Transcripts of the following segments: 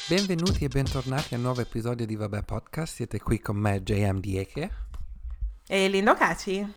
Benvenuti e bentornati a un nuovo episodio di Vabbè Podcast. Siete qui con me, JM Dieke. E Lindo Caci,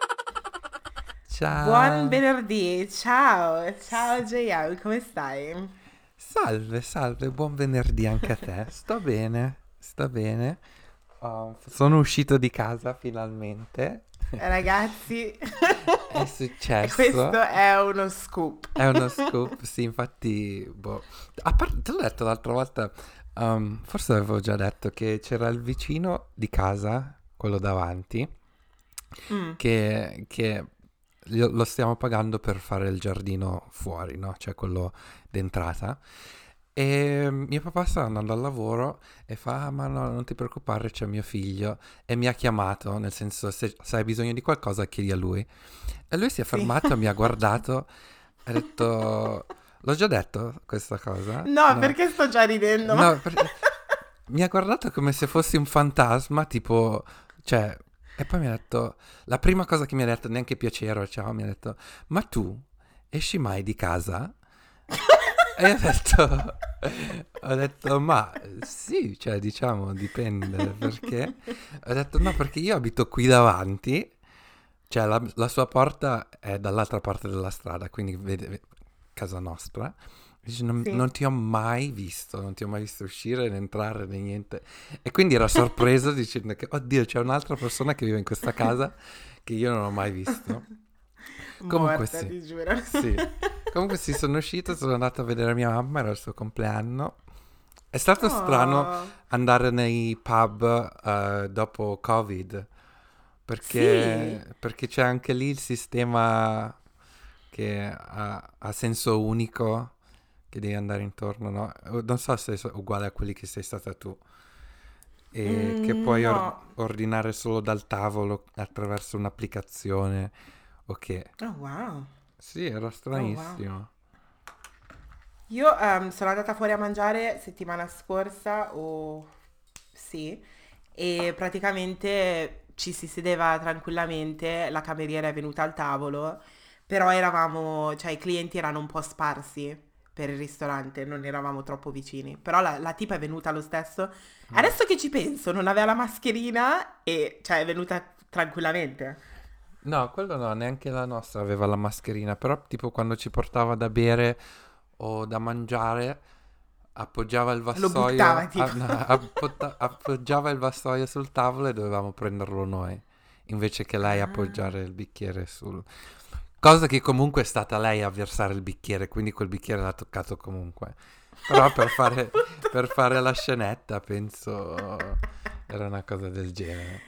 buon Ciao. venerdì, ciao JM, come stai? Salve, buon venerdì anche a te. Sto bene. Sono uscito di casa finalmente. Ragazzi, È questo successo. è uno scoop. È uno scoop, sì, infatti, boh. Te l'ho detto l'altra volta, forse avevo già detto che c'era il vicino di casa, quello davanti, Mm, che lo stiamo pagando per fare il giardino fuori, no? Cioè quello d'entrata. E mio papà sta andando al lavoro e fa, ma no, non ti preoccupare, c'è mio figlio. E mi ha chiamato, nel senso, se hai bisogno di qualcosa, chiedi a lui. E lui si è sì. fermato, mi ha guardato e ha detto, l'ho già detto questa cosa? No, No. perché sto già ridendo? No, mi ha guardato come se fossi un fantasma, tipo, cioè, e poi mi ha detto, la prima cosa che mi ha detto, neanche piacere, ciao, mi ha detto, ma tu esci mai di casa? E io ho detto, ma sì, cioè, diciamo, dipende, perché? Ho detto, no, perché io abito qui davanti, cioè, la sua porta è dall'altra parte della strada, quindi vede casa nostra. Dice, Sì. non ti ho mai visto, non ti ho mai visto uscire, né entrare, né niente. E quindi era sorpreso dicendo che, oddio, c'è un'altra persona che vive in questa casa che io non ho mai visto. Comunque Morta, sì, ti giuro. sì. Comunque sì, sono uscito, sono andato a vedere mia mamma, era il suo compleanno. È stato strano Oh, andare nei pub dopo Covid, sì. perché c'è anche lì il sistema che ha senso unico, che devi andare intorno, no? Non so se è uguale a quelli che sei stata tu, e che puoi No. ordinare solo dal tavolo attraverso un'applicazione, ok. Oh wow. Sì, era Oh wow. stranissimo. Io sono andata fuori a mangiare settimana scorsa, o sì, e praticamente ci si sedeva tranquillamente, la cameriera è venuta al tavolo, però eravamo, cioè i clienti erano un po' sparsi per il ristorante, non eravamo troppo vicini, però la tipa è venuta lo stesso. Mm. Adesso che ci penso, non aveva la mascherina e cioè è venuta tranquillamente. No, quello no, neanche la nostra aveva la mascherina, però tipo quando ci portava da bere o da mangiare, appoggiava il Lo buttava vassoio, tipo. no, appoggiava il vassoio sul tavolo e dovevamo prenderlo noi, invece che lei Ah. appoggiare il bicchiere sul... Cosa che comunque è stata lei a versare il bicchiere, quindi quel bicchiere l'ha toccato comunque. Però per fare la scenetta, penso, era una cosa del genere.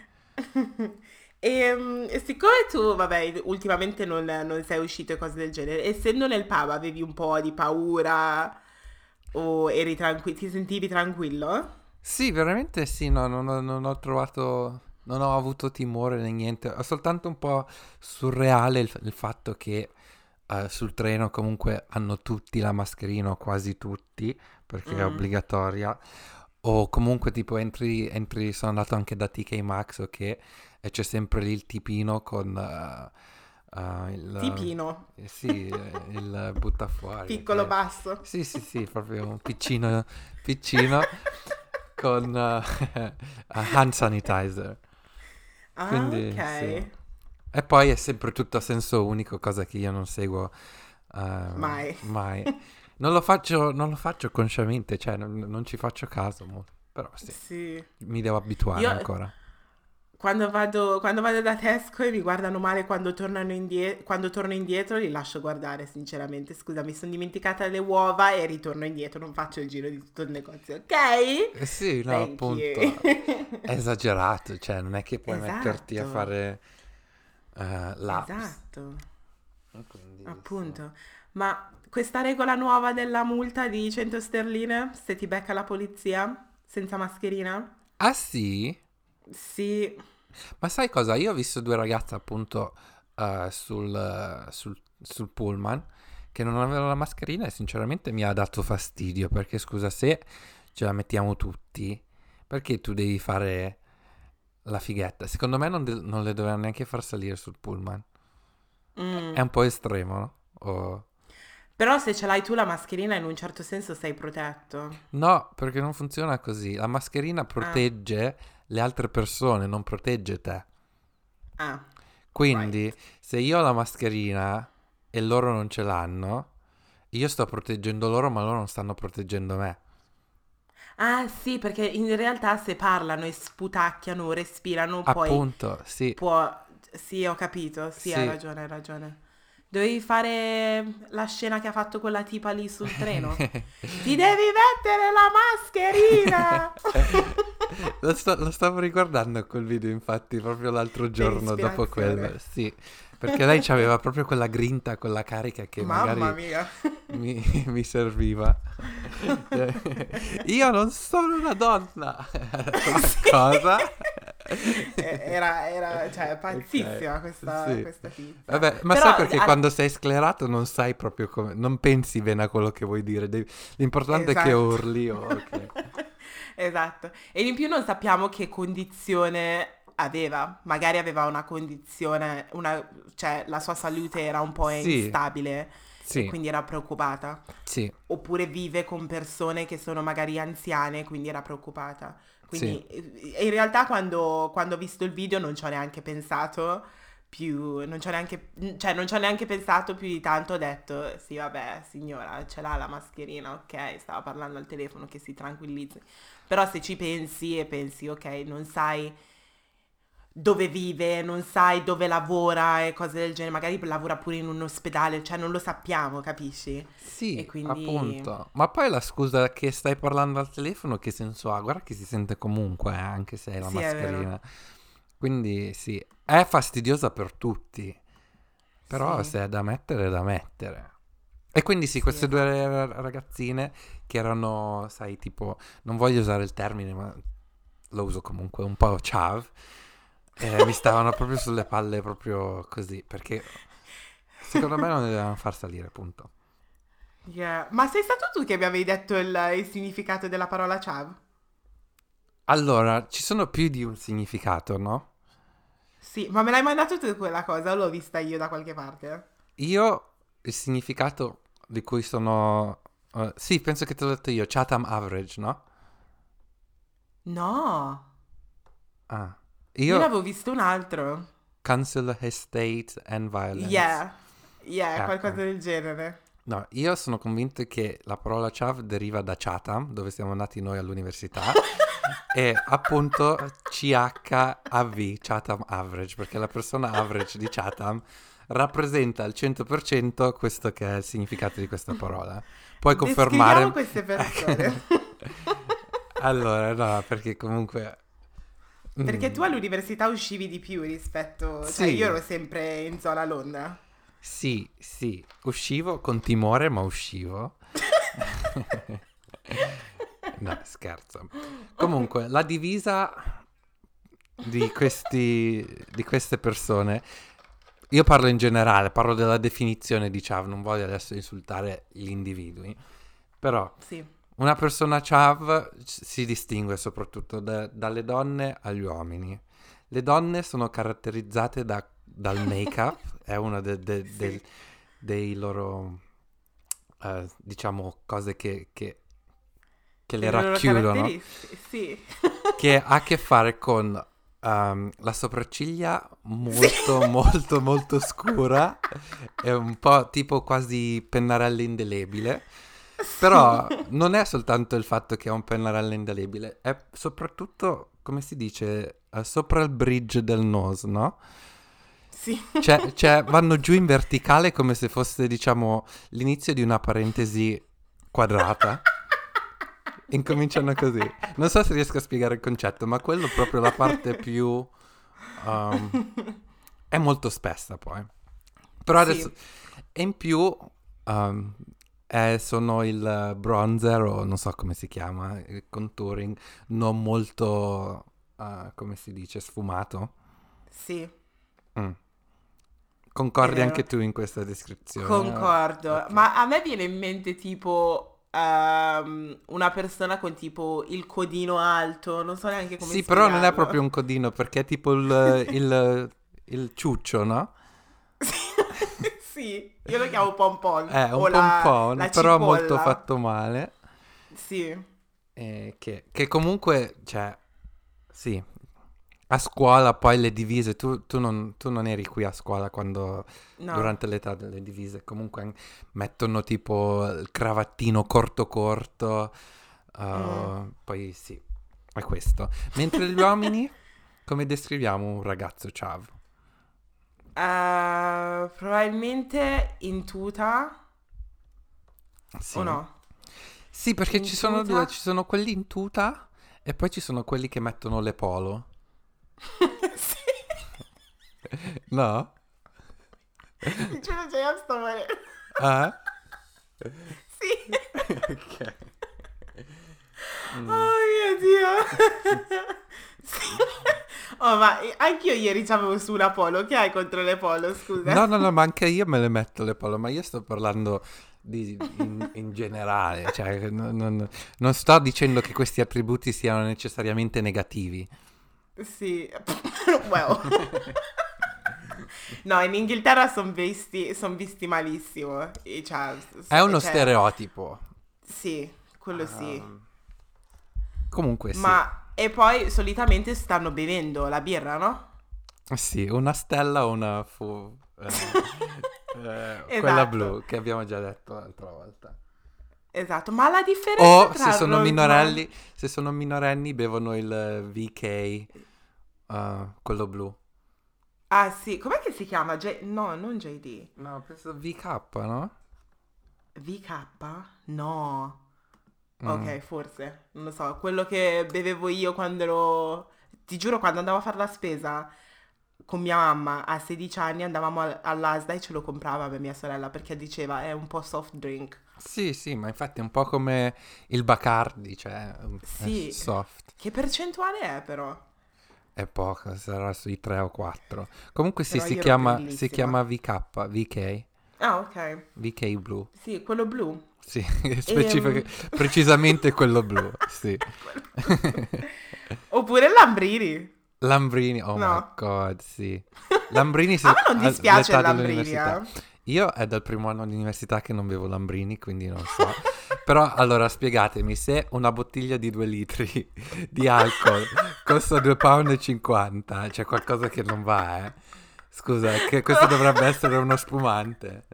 E siccome tu, vabbè, ultimamente non sei uscito e cose del genere, essendo nel pub avevi un po' di paura o eri tranquillo, ti sentivi tranquillo? Sì, veramente sì, no, non ho trovato, non ho avuto timore né niente, ho soltanto un po' surreale il fatto che sul treno comunque hanno tutti la mascherina, o quasi tutti, perché è Mm. obbligatoria, o comunque tipo sono andato anche da TK Maxx, ok, e c'è sempre lì il tipino con Tipino, sì, il buttafuori, piccolo ok. basso. Sì, proprio un piccino con hand sanitizer. Ah, Quindi sì. ok. E poi è sempre tutto a senso unico, cosa che io non seguo Mai. mai. Non lo faccio consciamente, cioè non ci faccio caso molto. Però sì, Sì. mi devo abituare Io ancora. quando vado da Tesco e mi guardano male quando torno indietro, li lascio guardare, sinceramente. Scusa, mi sono dimenticata le uova e ritorno indietro, non faccio il giro di tutto il negozio, ok? Eh sì, no, Thank you. appunto, è esagerato, cioè non è che puoi metterti a Esatto, fare laps. esatto, E quindi sì. appunto. Ma questa regola nuova della multa di 100 sterline, se ti becca la polizia senza mascherina? Ah sì? Sì. Ma sai cosa? Io ho visto due ragazze appunto sul pullman che non avevano la mascherina e sinceramente mi ha dato fastidio perché scusa se ce la mettiamo tutti, perché tu devi fare la fighetta? Secondo me non le dovevano neanche far salire sul pullman. È Mm. un po' estremo, no? Però se ce l'hai tu la mascherina in un certo senso sei protetto. No, perché non funziona così. La mascherina Ah, protegge le altre persone, non protegge te. ah, right. Quindi, se io ho la mascherina e loro non ce l'hanno, io sto proteggendo loro, ma loro non stanno proteggendo me. Ah sì, perché in realtà se parlano e sputacchiano o respirano, poi Appunto, sì, può... Sì, ho capito, sì, hai sì. ragione, hai ragione. Dovevi fare la scena che ha fatto quella tipa lì sul treno. Ti devi mettere la mascherina! Lo stavo riguardando quel video, infatti, proprio l'altro Per giorno dopo quello. ispirazione. Sì, perché lei aveva proprio quella grinta, quella carica che Mamma magari mia. mi serviva. Cioè, io non sono una donna. Sì. Cosa? Cioè, Ok, pazzissima sì. questa tizia. Vabbè, ma Però, sai perché quando sei sclerato non sai proprio come, non pensi bene a quello che vuoi dire. L'importante è che esatto. urli o ok. Esatto. E in più non sappiamo che condizione aveva. Magari aveva una condizione, cioè la sua salute era un po' Sì, instabile e sì, quindi era preoccupata. sì, Oppure vive con persone che sono magari anziane, quindi era preoccupata. sì. Quindi in realtà quando ho visto il video non ci ho neanche pensato più, non ci ho neanche, cioè non ci ho neanche pensato più di tanto, ho detto sì vabbè signora ce l'ha la mascherina, ok, stava parlando al telefono che si tranquillizzi. Però se ci pensi e pensi ok, non sai dove vive, non sai dove lavora e cose del genere, magari lavora pure in un ospedale, cioè non lo sappiamo, capisci? E Sì, quindi appunto. Ma poi la scusa che stai parlando al telefono, che senso ha? Guarda che si sente comunque, anche se hai la sì è vero, mascherina. Quindi sì, è fastidiosa per tutti, però sì, se è da mettere, è da mettere. E quindi sì, sì queste due esatto. ragazzine che erano, sai, tipo, non voglio usare il termine, ma lo uso comunque, un po' chav, mi stavano proprio sulle palle proprio così, perché secondo me non le dovevano far salire, punto. Yeah. Ma sei stato tu che mi avevi detto il significato della parola chav? Allora, ci sono più di un significato, no? Sì, ma me l'hai mandato tu quella cosa o l'ho vista io da qualche parte? Io il significato di cui sono... sì, penso che te l'ho detto io, Chatham Average, no? No, Ah. io ne Io avevo visto un altro. Council Estate and Violence. Yeah, yeah, qualcosa Ecco. del genere. No, io sono convinto che la parola chav deriva da Chatham, dove siamo andati noi all'università, e appunto CHAV, Chatham Average, perché la persona average di Chatham rappresenta al 100% questo che è il significato di questa parola. Puoi Descriviamo confermare? queste persone. Allora, no, perché comunque... Perché mm, tu all'università uscivi di più rispetto... Cioè io sì, ero sempre in zona Londra. sì, sì, uscivo con timore, ma uscivo. No, scherzo. Comunque, la divisa di queste persone, io parlo in generale, parlo della definizione di Chav, non voglio adesso insultare gli individui, però Sì. una persona Chav si distingue soprattutto dalle donne agli uomini. Le donne sono caratterizzate dal make-up, è una Sì. dei loro, diciamo, cose che le Delle loro racchiudono, caratteristiche, sì. che ha a che fare con la sopracciglia Sì. molto, molto, molto scura, è un po' tipo quasi pennarello indelebile, Sì. però non è soltanto il fatto che è un pennarello indelebile, è soprattutto, come si dice, sopra il bridge del nose, no? Sì. Vanno giù in verticale come se fosse, diciamo, l'inizio di una parentesi quadrata. Incominciano così. Non so se riesco a spiegare il concetto, ma quello è proprio la parte più... um, è molto spessa poi. Però adesso... Sì. E in più um, sono il bronzer o non so come si chiama, il contouring, non molto, come si dice, sfumato. Sì, Mm. è Concordi anche vero. tu in questa descrizione? Concordo. Ok. Ma a me viene in mente tipo una persona con tipo il codino alto, non so neanche come Sì, però non è spiegarlo. proprio un codino perché è tipo il ciuccio, no? Sì, io lo chiamo pompon. È un O pompon, la però cipolla. molto fatto male. Sì. Che comunque, cioè, sì, a scuola poi le divise, tu non eri qui a scuola quando, No. durante l'età delle divise, comunque mettono tipo il cravattino corto corto, Mm. poi sì, è questo. Mentre gli uomini, come descriviamo un ragazzo ciao? Probabilmente in tuta o Sì. no? Sì, perché In ci sono due, tuta? ci sono quelli in tuta e poi ci sono quelli che mettono le polo. Sì. No? Ti giuro, cioè, io sto morendo. Ah? Sì. Ok. Mm. Oh mio Dio. Sì. Oh, ma anch'io ieri c'avevo su una polo. Che hai contro le polo, No, scusa? no, no, ma anche io me le metto le polo, ma io sto parlando in generale, cioè non sto dicendo che questi attributi siano necessariamente negativi. Sì. Wow. No, in Inghilterra sono visti malissimo. E È uno cioè, stereotipo. sì, quello sì. Ehm, Comunque sì. Ma, e poi solitamente stanno bevendo la birra, no? Sì, una stella o una quella Esatto, blu che abbiamo già detto l'altra volta. esatto. Ma la differenza O tra Roadman... se sono minorenni bevono il VK, quello blu. Ah sì, com'è che si chiama? No, non JD. No, penso VK, no? VK? No. Mm. Ok, forse, non lo so. Quello che bevevo io quando ero... Ti giuro, quando andavo a fare la spesa con mia mamma a 16 anni andavamo all'Asda e ce lo comprava per mia sorella perché diceva è un po' soft drink. Sì, sì, ma infatti è un po' come il Bacardi, cioè è Sì, soft. che percentuale è però? È poco, sarà sui 3 o 4. Comunque sì, Però io ero si grillissima. chiama VK, VK, Ah, ok. VK blu. Sì, quello blu. Sì, Ehm... precisamente quello blu, sì. quello blu. Oppure Lambrini. Lambrini, oh my No. god, sì. Lambrini A me non dispiace il all'età Lambrini, dell'università. eh. Io è dal primo anno all'università che non bevo Lambrini, quindi non so. Però allora spiegatemi, se una bottiglia di 2 litri di alcol costa 2,50 pound, c'è qualcosa che non va, eh. Scusa, che questo dovrebbe essere uno spumante.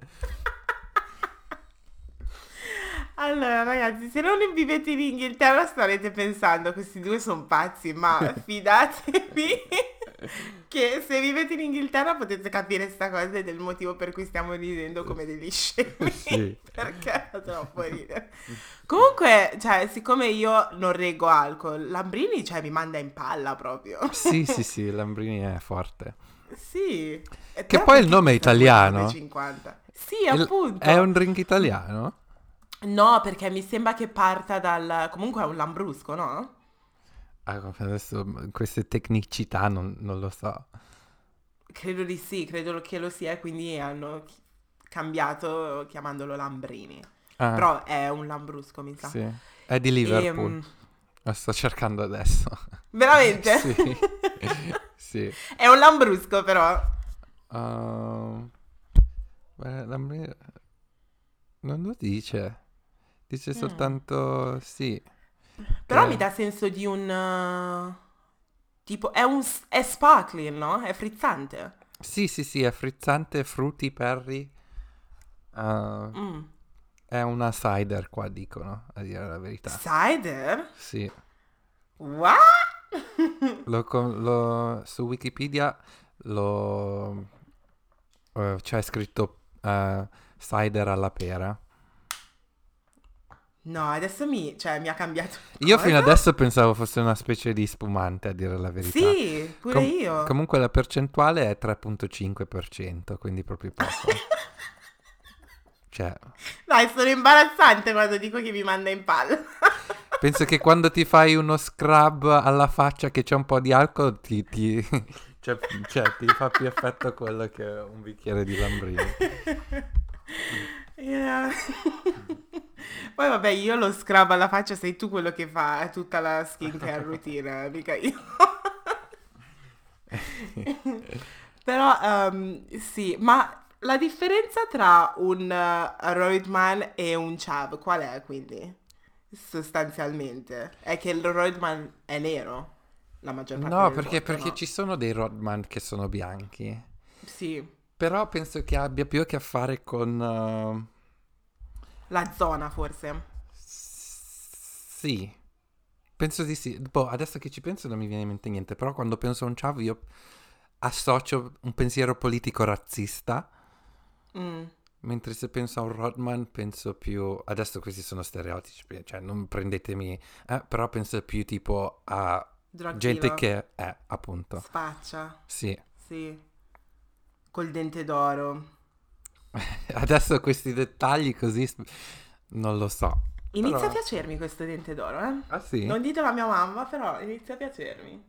Allora, ragazzi, se non vivete in Inghilterra starete pensando, questi due sono pazzi, ma fidatevi che se vivete in Inghilterra potete capire sta cosa ed è il motivo per cui stiamo ridendo come degli scemi, Sì. perché fa troppo ridere. Comunque, cioè, siccome io non reggo alcol, Lambrini, cioè, mi manda in palla proprio. Sì, sì, sì, Lambrini è forte. Sì, Che però poi il perché nome è costa 2,50 italiano. €? Sì, È un appunto. drink italiano? No, perché mi sembra che parta dal... Comunque è un lambrusco, no? Ah, adesso queste tecnicità non lo so. Credo di sì, credo che lo sia, quindi hanno cambiato chiamandolo Lambrini. Ah, Però è un lambrusco, mi sa. sì. È di E, Liverpool. Lo sto cercando adesso. veramente? Sì, sì. È un lambrusco, però. Uh, non lo dice. Dice Mm. soltanto sì. Però mi Che... dà senso di un... tipo, è sparkling, no? È frizzante. Sì, sì, sì, è frizzante, frutti, perry. Uh, Mm. è una cider qua, dicono, a dire la verità. Cider? Sì. What? Su Wikipedia lo c'è scritto cider alla pera. No, adesso cioè, mi ha cambiato Io fino cosa? adesso pensavo fosse una specie di spumante, a dire la verità. Sì, pure io. Comunque la percentuale è 3,5%, quindi proprio poco. Cioè, Dai, sono imbarazzante quando dico che mi manda in palla. penso che quando ti fai uno scrub alla faccia che c'è un po' di alcol, cioè, ti fa più effetto quello che un bicchiere di Lambrini. Yeah. Poi vabbè, io lo scrub alla faccia, sei tu quello che fa tutta la skincare routine, mica io. Però sì, ma La differenza tra un Roidman e un Chav qual è quindi? Sostanzialmente è che il Roidman è nero la maggior parte No, delle perché, volte, perché no? ci sono dei Rodman che sono bianchi. Sì, Però penso che abbia più a che fare con... la zona forse. sì, penso di sì. Boh, adesso che ci penso non mi viene in mente niente, però quando penso a un Chav io associo un pensiero politico razzista, Mm, mentre se penso a un Rodman penso più... Adesso questi sono stereotipi, cioè non prendetemi... però penso più tipo a drug gente dealer, che è, appunto. spaccia, Sì. sì, col dente d'oro. Adesso questi dettagli così non lo so. Inizia a Però... piacermi questo dente d'oro, eh? Ah sì? Non ditelo a mia mamma, però inizia a piacermi.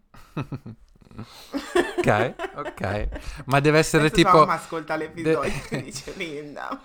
Ok, ok. Ma deve essere Adesso sua tipo... mamma ascolta l'episodio e dice Linda.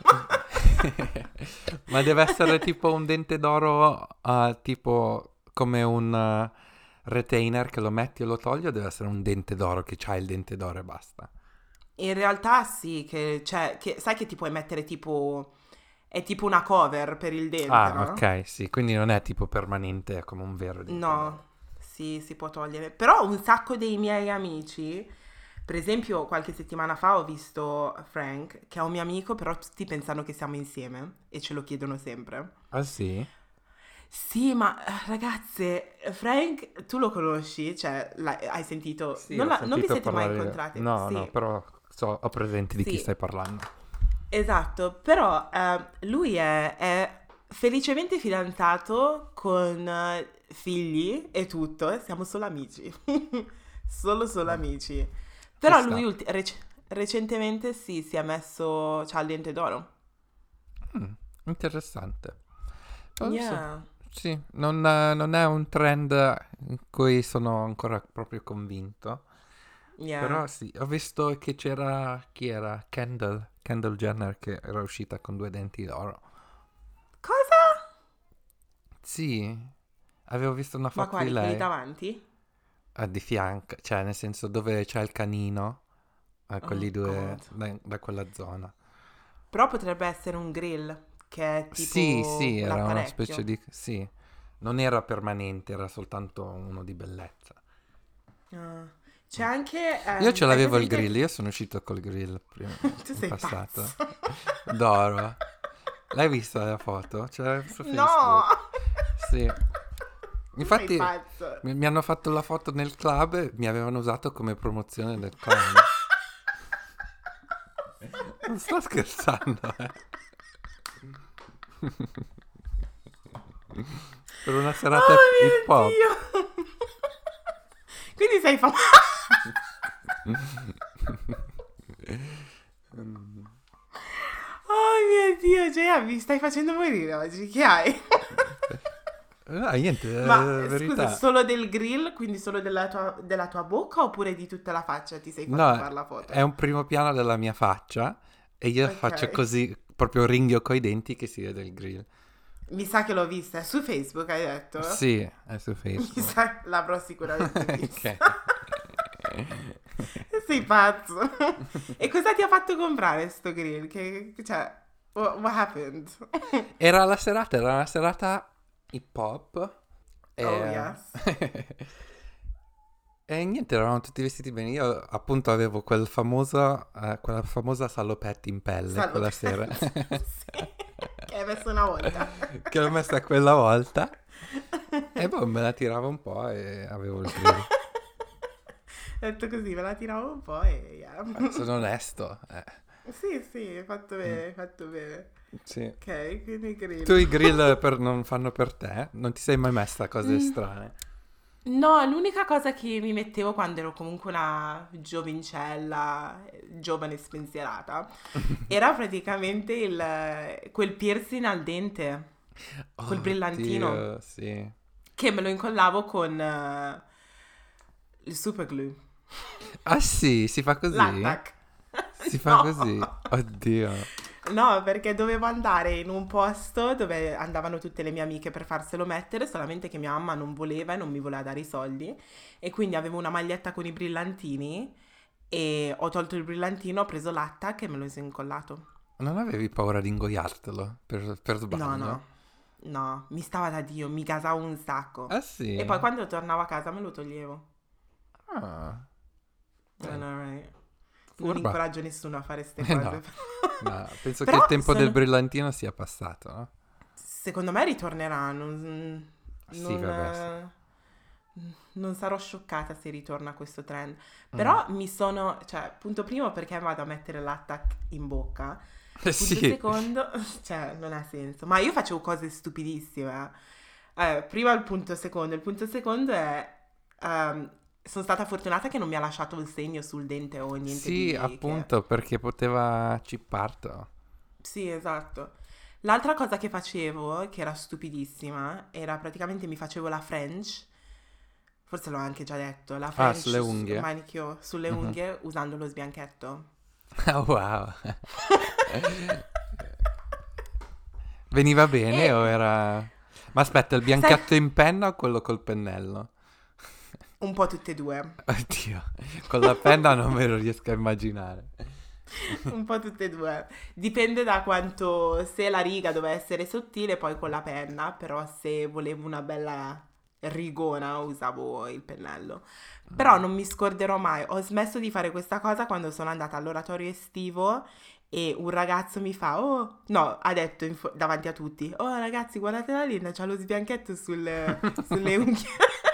Ma deve essere tipo un dente d'oro, tipo come un retainer che lo metti e lo togli, o deve essere un dente d'oro che c'ha il dente d'oro e basta? In realtà sì, che, cioè, che, sai che ti puoi mettere tipo... È tipo una cover per il dente, Ah, no? ok, sì, quindi non è tipo permanente, è come un vero dente d'oro. No, sì, si può togliere. Però un sacco dei miei amici, per esempio qualche settimana fa ho visto Frank, che è un mio amico, però tutti pensano che siamo insieme e ce lo chiedono sempre. Ah sì? Sì, ma ragazze, Frank, tu lo conosci? Cioè, hai sentito? Sì, ho Non vi sentito siete mai parlare... incontrati? No, no, Sì, però ho presente di chi sì, stai parlando. esatto. Però lui è felicemente fidanzato con figli e tutto. Siamo solo amici. Solo Oh, amici. ci Però lui sta. recentemente sì, si è messo... C'ha il dente d'oro. Mm, interessante. Non so. Yeah, Sì, non è un trend in cui sono ancora proprio convinto. yeah. Però sì, ho visto che c'era, chi era? Kendall Jenner che era uscita con due denti d'oro. Cosa? Sì, avevo visto una Ma foto di quali? Quelli lei davanti? di fianco, cioè nel senso dove c'è il canino, Oh quelli due God. da quella zona. Però potrebbe essere un grill, che è Sì, sì, tipo era una specie l'apparecchio. di... Sì, non era permanente, era soltanto uno di bellezza. Ah. C'è anche, Io ce hai l'avevo il presente? grill, io sono uscito col grill prima, Tu in sei passato. pazzo. D'oro. L'hai vista la foto? C'è su No! Facebook. Sì. Tu sei Infatti pazzo. mi hanno fatto la foto nel club e mi avevano usato come promozione del club. Non sto scherzando, eh. Per una serata Oh hip mio hop. Dio! Quindi sei famoso. Oh mio Dio, Gea, mi stai facendo morire oggi. Che hai? Niente, Ma scusa, verità. solo del grill, quindi solo della tua bocca oppure di tutta la faccia ti sei fatto No, fare la è foto? un primo piano della mia faccia e io Ok. faccio così, proprio ringhio coi denti che si vede il grill. Mi sa che l'ho vista. Su Facebook hai detto? Sì, è su Mi Facebook. sa che l'avrò sicuramente vista. Ok. Sei pazzo. E cosa ti ha fatto comprare sto grill? Cioè, what happened? Era una serata hip hop Oh e... yes. e niente, eravamo tutti vestiti bene. Io appunto avevo quella famosa salopette in pelle quella sera. Salopette. Sì. Che hai messo una volta. Che l'ho messa quella volta. E poi me la tiravo un po' e avevo il grill. Detto così, me la tiravo un po' e yeah. Sono onesto. Sì, sì, hai fatto Mm, bene, hai fatto bene. sì. Ok, quindi Tu grill. i grill non fanno per te? Non ti sei mai messa cose Mm, strane? no, l'unica cosa che mi mettevo quando ero comunque una giovincella, giovane spensierata, era praticamente quel piercing al dente, quel Oh, brillantino, Dio, sì. che me lo incollavo con il super glue, Ah sì, si fa così? l'attack. Si fa così? No! Oddio. No, perché dovevo andare in un posto dove andavano tutte le mie amiche per farselo mettere, solamente che mia mamma non voleva e non mi voleva dare i soldi. E quindi avevo una maglietta con i brillantini e ho tolto il brillantino, ho preso l'attack e me lo sono incollato. Non avevi paura di ingoiartelo per No, sbaglio? no, mi stava da Dio, mi gasavo un sacco. Ah sì? E poi quando tornavo a casa me lo toglievo. Ah, I know, right? Non furba. incoraggio nessuno a fare queste No, cose. no, penso che il Però tempo del brillantino sia passato, no? secondo me ritornerà. Sì, vabbè, sì. Non sarò scioccata se ritorna questo trend. Mm. Però cioè, punto primo perché vado a mettere l'attack in bocca. Punto Sì. secondo, cioè, non ha senso. Ma io facevo cose stupidissime. Prima il punto secondo è, sono stata fortunata che non mi ha lasciato il segno sul dente o niente Sì, di che. appunto, perché poteva cippartelo. Sì, esatto. L'altra cosa che facevo, che era stupidissima, era praticamente mi facevo la French, forse l'ho anche già detto, la Ah, French sulle unghie. manicure sulle Mhm. unghie usando lo sbianchetto. Ah, wow. Veniva bene o E era... Ma aspetta, il sai, bianchetto in penna o quello col pennello? un po' tutte e due. Oddio, con la penna non me lo riesco a immaginare. Un po' tutte e due. Dipende da quanto, se la riga doveva essere sottile, poi con la penna, però se volevo una bella rigona usavo il pennello. Però non mi scorderò mai, ho smesso di fare questa cosa quando sono andata all'oratorio estivo e un ragazzo mi fa, oh, no, ha detto davanti a tutti, oh ragazzi, guardate la Linda, c'ha lo sbianchetto sulle unghie.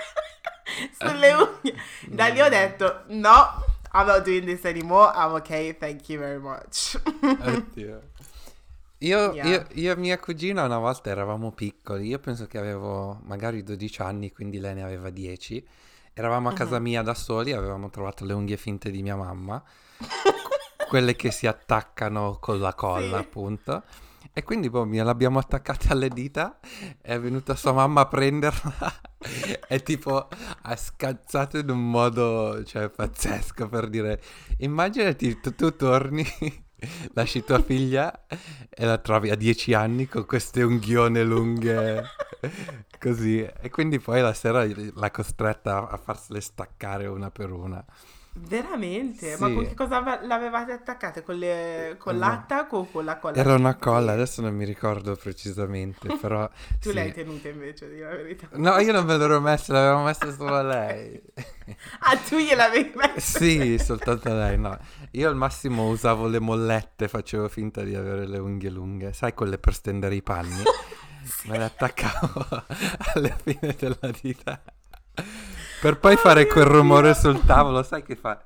Sulle unghie. Da lì ho detto, no, I'm not doing this anymore, I'm okay, thank you very much. Oddio. Io, Yeah. io, io e mia cugina una volta eravamo piccoli, io penso che avevo magari 12 anni, quindi lei ne aveva 10. Eravamo a casa Mhm. mia da soli, avevamo trovato le unghie finte di mia mamma, quelle che si attaccano con la colla, Sì. appunto. E quindi boh, l'abbiamo attaccata alle dita, è venuta sua mamma a prenderla e tipo ha scazzato in un modo, cioè, pazzesco per dire, immaginati tu torni, lasci tua figlia e la trovi a 10 anni con queste unghione lunghe così. E quindi poi la sera l'ha costretta a farsele staccare una per una. Veramente? Ma con Sì, che cosa l'avevate attaccate? Con no. l'attacco o con la colla Era una colla, che adesso non mi ricordo precisamente, però tu l'hai sì. tenuta invece, di la verità? No, io non me l'ero messa, l'avevo messa solo a lei. Ah, tu gliel'avevi messa? Sì, soltanto a lei, no. Io al massimo usavo le mollette, facevo finta di avere le unghie lunghe, sai, quelle per stendere i panni. Sì. Me le attaccavo alle fine della dita. Per poi Oh fare quel mio rumore Dio. sul tavolo, sai che fa?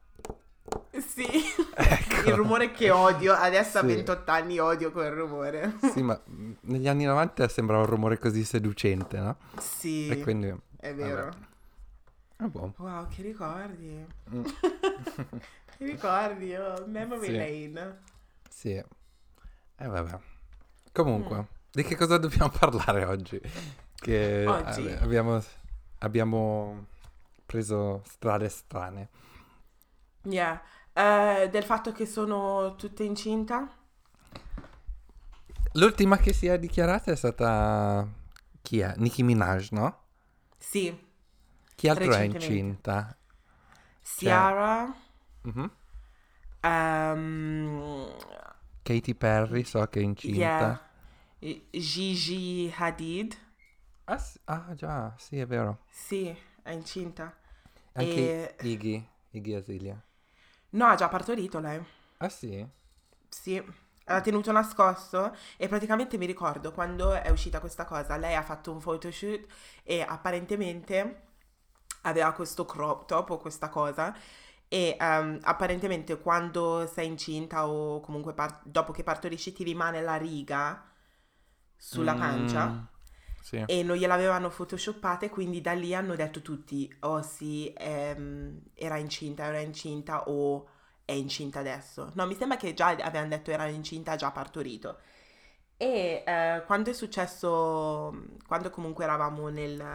Sì. Il Ecco. rumore che odio, adesso a Sì. 28 anni odio quel rumore. Sì, ma negli anni 90 sembrava un rumore così seducente, no? E Sì, quindi, è vabbè. vero. Ah, boh. Wow, che ricordi. Mm. Che ricordi, oh, memory Sì, lane. sì. Vabbè. Mm. Comunque, di che cosa dobbiamo parlare oggi? Che Oggi, abbiamo preso strade strane. yeah, del fatto che sono tutte incinta? L'ultima che si è dichiarata è stata... Chi è? Nicki Minaj, no? Sì, Chi altro è recentemente. incinta? Cioè... Ciara, mhm. ehm, Katy Perry so che è yeah, incinta. Gigi Hadid, Ah, già, sì, è vero. sì, è incinta. Anche E Iggy Azalea. no, ha già partorito lei. Ah, sì? Sì, l'ha tenuto nascosto e praticamente mi ricordo quando è uscita questa cosa, lei ha fatto un photoshoot e apparentemente aveva questo crop top o questa cosa e apparentemente quando sei incinta o comunque dopo che partorisci ti rimane la riga sulla pancia Mm, sì. e non gliel'avevano photoshoppata e quindi da lì hanno detto tutti, oh sì, era incinta o è incinta adesso. No, mi sembra che già avevano detto era incinta, ha già partorito. E quando è successo, quando comunque eravamo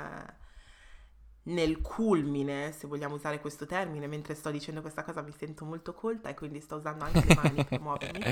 nel culmine, se vogliamo usare questo termine, mentre sto dicendo questa cosa mi sento molto colta e quindi sto usando anche le mani per muovermi.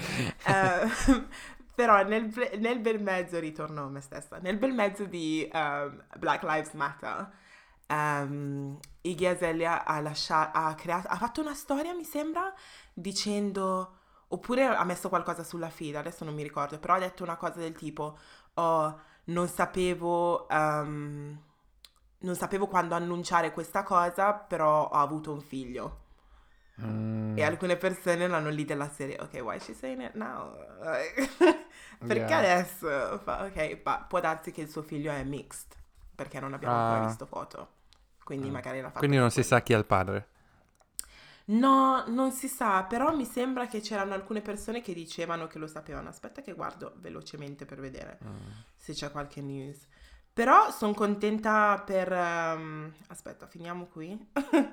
Però nel bel mezzo, ritorno a me stessa, nel bel mezzo di Black Lives Matter, Iggy Azalea ha fatto una storia, mi sembra, dicendo, oppure ha messo qualcosa sulla feed, adesso non mi ricordo, però ha detto una cosa del tipo, oh, non sapevo, non sapevo quando annunciare questa cosa, però ho avuto un figlio. E alcune persone erano lì della serie, ok, why is she saying it now? Perché Yeah. adesso? Ok, ma può darsi che il suo figlio è mixed, perché non abbiamo ancora visto foto. Quindi magari l'ha fatto Quindi non si per sa quello. chi è il padre. No, non si sa, però mi sembra che c'erano alcune persone che dicevano che lo sapevano. Aspetta che guardo velocemente per vedere se c'è qualche news. Però sono contenta per... aspetta, finiamo qui.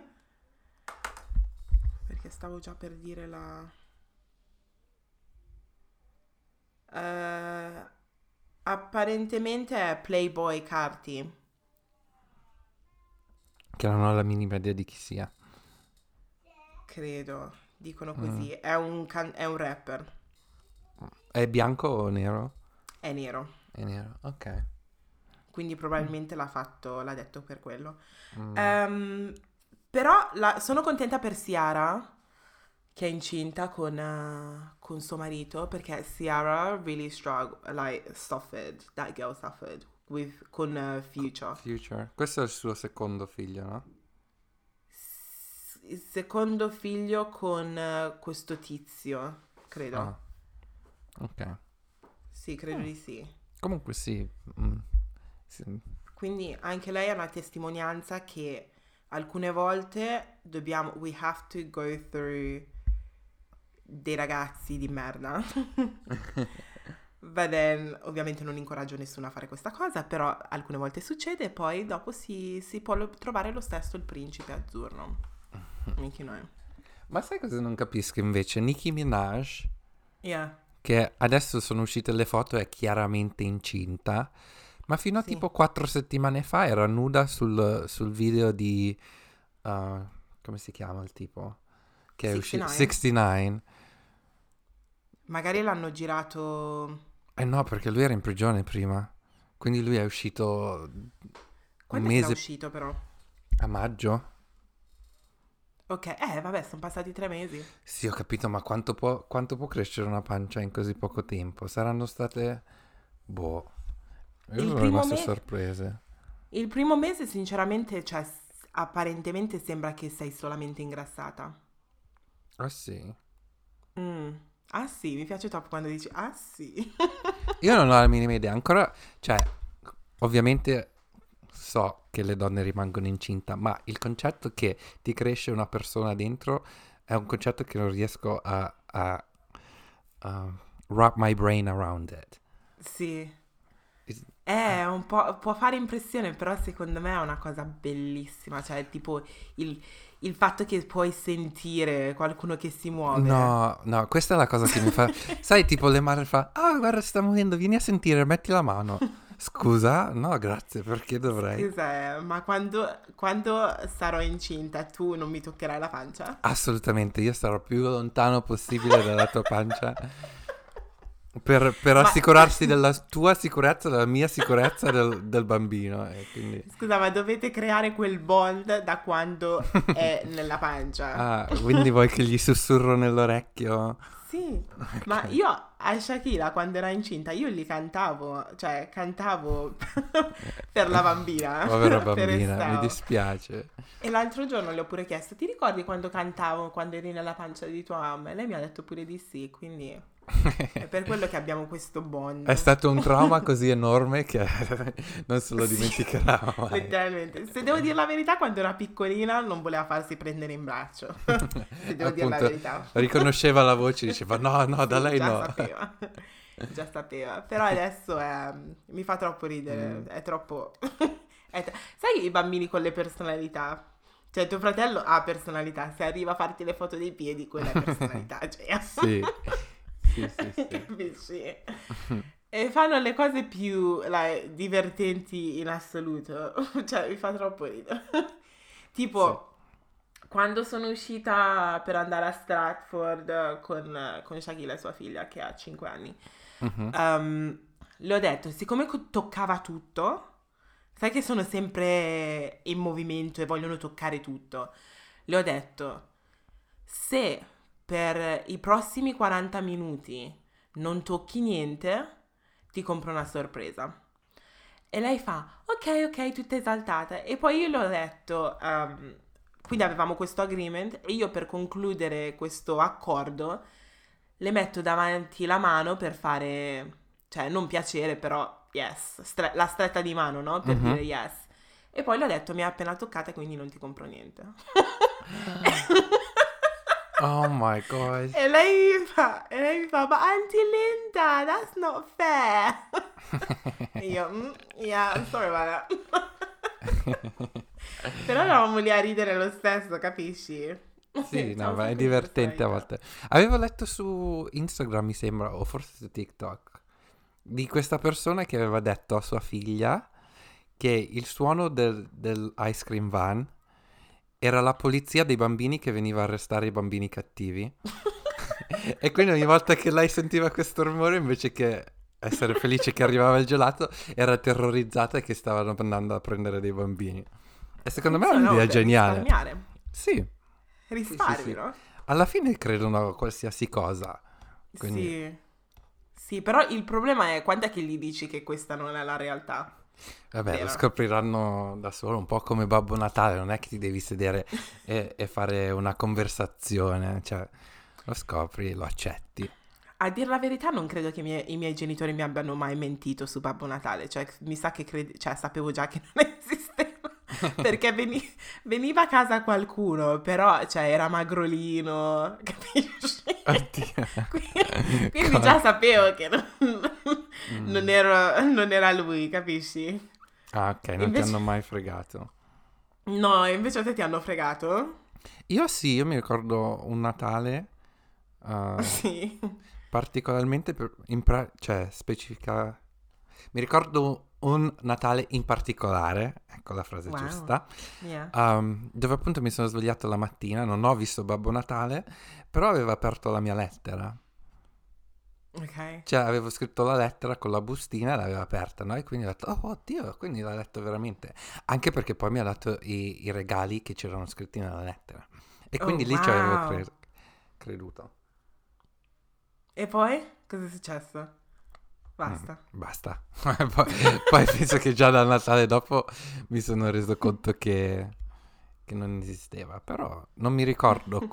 Perché stavo già per dire la... apparentemente è Playboy Carti, Che non ho la minima idea di chi sia. credo. Dicono così. È è un rapper. È bianco o nero? È nero. È nero, ok. Quindi probabilmente l'ha detto per quello. Mm. Però sono contenta per Ciara che è incinta con suo marito perché Ciara really that girl suffered con Future. Future. Questo è il suo secondo figlio, no? Il secondo figlio con questo tizio, credo. Ah, ok. Sì, credo di sì. Comunque sì. Sì. Quindi anche lei è una testimonianza che alcune volte we have to go through dei ragazzi di merda. But then, ovviamente non incoraggio nessuno a fare questa cosa, però alcune volte succede e poi dopo si può trovare lo stesso il principe azzurro. Mickey noi. Ma sai cosa non capisco invece? Nicki Minaj, Yeah, che adesso sono uscite le foto, è chiaramente incinta, ma fino a sì. tipo 4 settimane fa era nuda sul video di... come si chiama il tipo? Che è uscito... 69? 69. Magari l'hanno girato... Eh no, perché lui era in prigione prima. Quindi lui è uscito un Quando sarà mese uscito però? a maggio. Ok, vabbè, sono passati 3 mesi. Sì, ho capito, ma quanto può crescere una pancia in così poco tempo? Saranno state... Boh. Io Il sono primo rimasto mese... sorprese. Il primo mese, sinceramente, cioè, apparentemente sembra che sei solamente ingrassata. Ah sì? Mm. Ah sì, mi piace troppo quando dici ah sì. Io non ho la minima idea. Ancora... Cioè, ovviamente so che le donne rimangono incinta, ma il concetto che ti cresce una persona dentro è un concetto che non riesco a wrap my brain around it. Sì. Is- Un po', può fare impressione, però secondo me è una cosa bellissima, cioè tipo il fatto che puoi sentire qualcuno che si muove. No, no, questa è la cosa che mi fa... Sai, tipo le madri fa... Ah, guarda, si sta muovendo, vieni a sentire, metti la mano. Scusa? No, grazie, perché dovrei? Scusa, ma quando sarò incinta tu non mi toccherai la pancia? Assolutamente, io starò più lontano possibile dalla tua pancia per Ma assicurarsi della tua sicurezza, della mia sicurezza del bambino. E quindi... scusa, ma dovete creare quel bond da quando è nella pancia. Ah, quindi vuoi che gli sussurro nell'orecchio? Sì, ma Ok. io a Shakira quando era incinta io gli cantavo, cioè cantavo per la bambina, Povera per bambina, mi Estelle. dispiace. E l'altro giorno le ho pure chiesto, ti ricordi quando cantavo quando eri nella pancia di tua mamma? E lei mi ha detto pure di sì, quindi è per quello che abbiamo questo bond. È stato un trauma così enorme che non se lo Sì, dimenticherà mai. letteralmente. Se devo dire la verità, quando era piccolina non voleva farsi prendere in braccio. Se devo dire la Appunto, verità. riconosceva la voce, diceva no, no, da Sì, lei già no. sapeva. Già sapeva. Però adesso mi fa troppo ridere. Mm. È troppo... Sai i bambini con le personalità? Cioè, tuo fratello ha personalità. Se arriva a farti le foto dei piedi, quella è personalità. Cioè... Sì, sì, sì, sì. Capisci? E fanno le cose più divertenti in assoluto. Cioè, mi fa troppo ridere. Tipo, quando sono uscita per andare a Stratford con Shakila, sua figlia, che ha 5 anni, Mhm. le ho detto, siccome toccava tutto, Sai che sono sempre in movimento e vogliono toccare tutto. Le ho detto, se per i prossimi 40 minuti non tocchi niente, ti compro una sorpresa. E lei fa, ok, ok, tutta esaltata. E poi io le ho detto, quindi avevamo questo agreement e io per concludere questo accordo le metto davanti la mano per fare, cioè non piacere, però yes, la stretta di mano, no? Per dire Mhm. yes. E poi le ho detto, mi ha appena toccata, quindi non ti compro niente. Oh my god. E lei mi fa, ma Auntie Linda, that's not fair. E io, yeah, I'm sorry about that. Però eravamo lì a ridere lo stesso, capisci? Sì, C'è no, un ma è sacco di divertente a personalità. volte. Avevo letto su Instagram, mi sembra, o forse su TikTok, di questa persona che aveva detto a sua figlia che il suono del ice cream van era la polizia dei bambini che veniva a arrestare i bambini cattivi. E quindi ogni volta che lei sentiva questo rumore, invece che essere felice che arrivava il gelato, era terrorizzata che stavano andando a prendere dei bambini. E secondo me è Funziona, no, un'idea per geniale. risparmiare. Sì, sì, sì, Risparmi, sì. no? Alla fine credono a qualsiasi cosa. Quindi, Sì, sì, però il problema è quando è che gli dici che questa non è la realtà, vabbè, lo vero? scopriranno da solo, un po' come Babbo Natale, non è che ti devi sedere e fare una conversazione, cioè lo scopri, lo accetti. A dir la verità non credo che i miei genitori mi abbiano mai mentito su Babbo Natale, cioè mi sa che cioè, sapevo già che non esisteva, perché veniva a casa qualcuno, però cioè, era magrolino, capisci? Oddio. Quindi Co- già sapevo che Mm. non era lui, capisci? Ah, ok, non ti Invece, hanno mai fregato. no, invece a te ti hanno fregato? Io sì, io mi ricordo un Natale eh, Sì. particolarmente, cioè specifica. Mi ricordo un Natale in particolare, ecco la frase Wow. giusta, Yeah. dove appunto mi sono svegliato la mattina, non ho visto Babbo Natale, però aveva aperto la mia lettera. Ok. Cioè avevo scritto la lettera con la bustina e l'aveva aperta, no? E quindi ho detto, oh oddio, quindi l'ha letto veramente. Anche perché poi mi ha dato i regali che c'erano scritti nella lettera. E Oh, quindi lì ci avevo wow. creduto. E poi? Cosa è successo? Mm, Basta. basta. Poi penso che già dal Natale dopo mi sono reso conto che non esisteva. Però non mi ricordo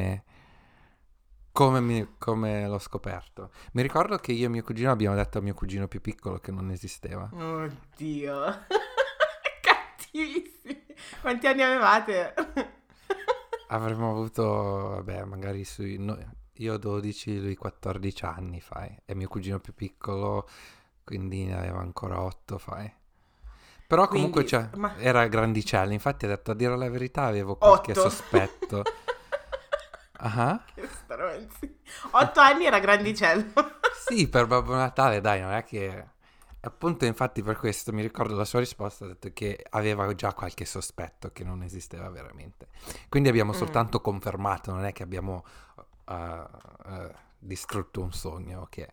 come l'ho scoperto. Mi ricordo che io e mio cugino abbiamo detto a mio cugino più piccolo che non esisteva. Oddio. Cattivissimi. Quanti anni avevate? Avremmo avuto, vabbè, magari io 12, lui 14 anni, fai. E mio cugino più piccolo, quindi ne aveva ancora 8, fai. Però comunque Quindi, cioè, ma... era grandicello, infatti ha detto a dire la verità avevo qualche 8. sospetto. Ah, Che stronzi. 8 anni era grandicello. sì, per Babbo Natale, dai, non è che. Appunto, infatti, per questo mi ricordo la sua risposta, ha detto che aveva già qualche sospetto che non esisteva veramente. Quindi abbiamo Mm. soltanto confermato, non è che abbiamo distrutto un sogno, ok?